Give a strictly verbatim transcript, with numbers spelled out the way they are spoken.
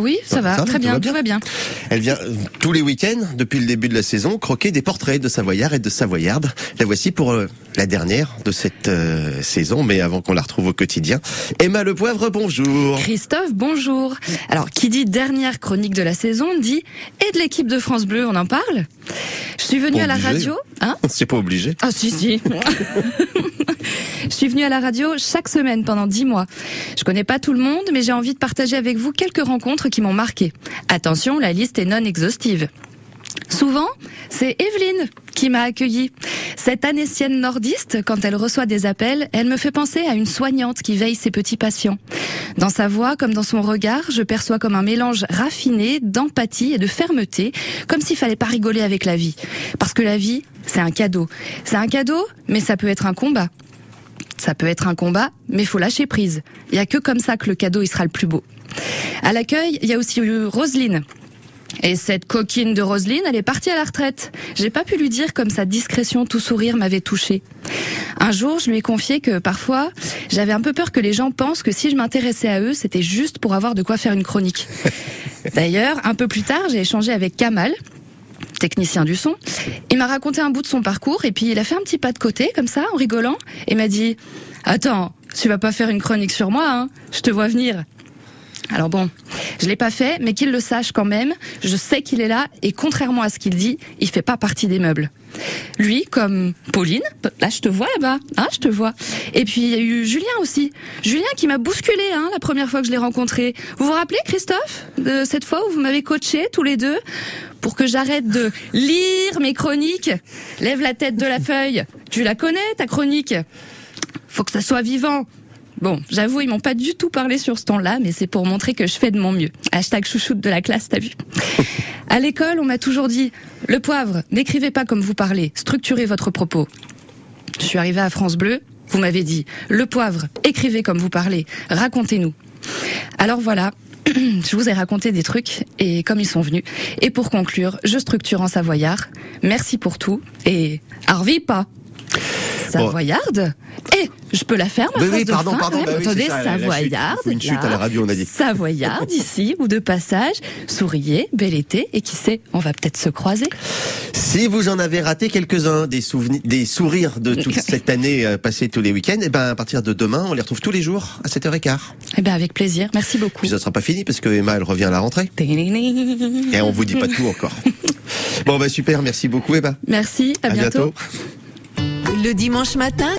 Oui, ça, ça va, ça, très bien, tout va bien. Elle vient euh, tous les week-ends, depuis le début de la saison, croquer des portraits de Savoyards et de Savoyardes. La voici pour euh, la dernière de cette euh, saison, mais avant qu'on la retrouve au quotidien. Emma Le Poivre, bonjour. Christophe, bonjour. Alors, qui dit dernière chronique de la saison, dit et de l'équipe de France Bleu, on en parle ? Je suis venue pas à la obligé. radio... Hein ? C'est pas obligé. Ah si, si. Je suis venue à la radio chaque semaine pendant dix mois. Je connais pas tout le monde, mais j'ai envie de partager avec vous quelques rencontres qui m'ont marqué. Attention, la liste est non exhaustive. Souvent, c'est Evelyne qui m'a accueillie. Cette Annécienne nordiste, quand elle reçoit des appels, elle me fait penser à une soignante qui veille ses petits patients. Dans sa voix comme dans son regard, je perçois comme un mélange raffiné d'empathie et de fermeté, comme s'il fallait pas rigoler avec la vie. Parce que la vie, c'est un cadeau. C'est un cadeau, mais ça peut être un combat. Ça peut être un combat, mais faut lâcher prise. Il y a que comme ça que le cadeau il sera le plus beau. À l'accueil, il y a aussi eu Roselyne. Et cette coquine de Roselyne, elle est partie à la retraite. J'ai pas pu lui dire comme sa discrétion tout sourire m'avait touchée. Un jour, je lui ai confié que parfois, j'avais un peu peur que les gens pensent que si je m'intéressais à eux, c'était juste pour avoir de quoi faire une chronique. D'ailleurs, un peu plus tard, j'ai échangé avec Kamal, technicien du son. Il m'a raconté un bout de son parcours et puis il a fait un petit pas de côté, comme ça, en rigolant, et m'a dit « Attends, tu vas pas faire une chronique sur moi, hein ? Je te vois venir ». Alors bon, je l'ai pas fait, mais qu'il le sache quand même, je sais qu'il est là, et contrairement à ce qu'il dit, il fait pas partie des meubles. Lui, comme Pauline, là je te vois là-bas, hein, je te vois. Et puis il y a eu Julien aussi, Julien qui m'a bousculé hein, la première fois que je l'ai rencontré. Vous vous rappelez Christophe, de cette fois où vous m'avez coaché tous les deux pour que j'arrête de lire mes chroniques? Lève la tête de la feuille, tu la connais ta chronique? Faut que ça soit vivant. Bon, j'avoue, ils m'ont pas du tout parlé sur ce ton-là, mais c'est pour montrer que je fais de mon mieux. Hashtag chouchoute de la classe, t'as vu. À l'école, on m'a toujours dit « Le Poivre, n'écrivez pas comme vous parlez, structurez votre propos ». Je suis arrivée à France Bleu, vous m'avez dit « Le Poivre, écrivez comme vous parlez, racontez-nous ». Alors voilà, je vous ai raconté des trucs, et comme ils sont venus. Et pour conclure, je structure en savoyard. Merci pour tout, et arvi pas. Savoyarde. Eh, je peux la faire, ma oui, phrase oui, de pardon, fin, pardon, hein, bah oui, attendez, ça, Savoyarde. Une chute, une chute à la radio, on a dit. Savoyarde, ici, ou de passage. Souriez, bel été, et qui sait, on va peut-être se croiser. Si vous en avez raté quelques-uns, des souvenirs, des sourires de toute cette année euh, passée tous les week-ends, et ben, à partir de demain, on les retrouve tous les jours, à sept heures quinze. Eh ben, avec plaisir. Merci beaucoup. Puis ça sera pas fini, parce que Emma, elle revient à la rentrée. Et on vous dit pas tout encore. Bon, bah, super, merci beaucoup, Emma. Merci, à, à bientôt. bientôt. Le dimanche matin,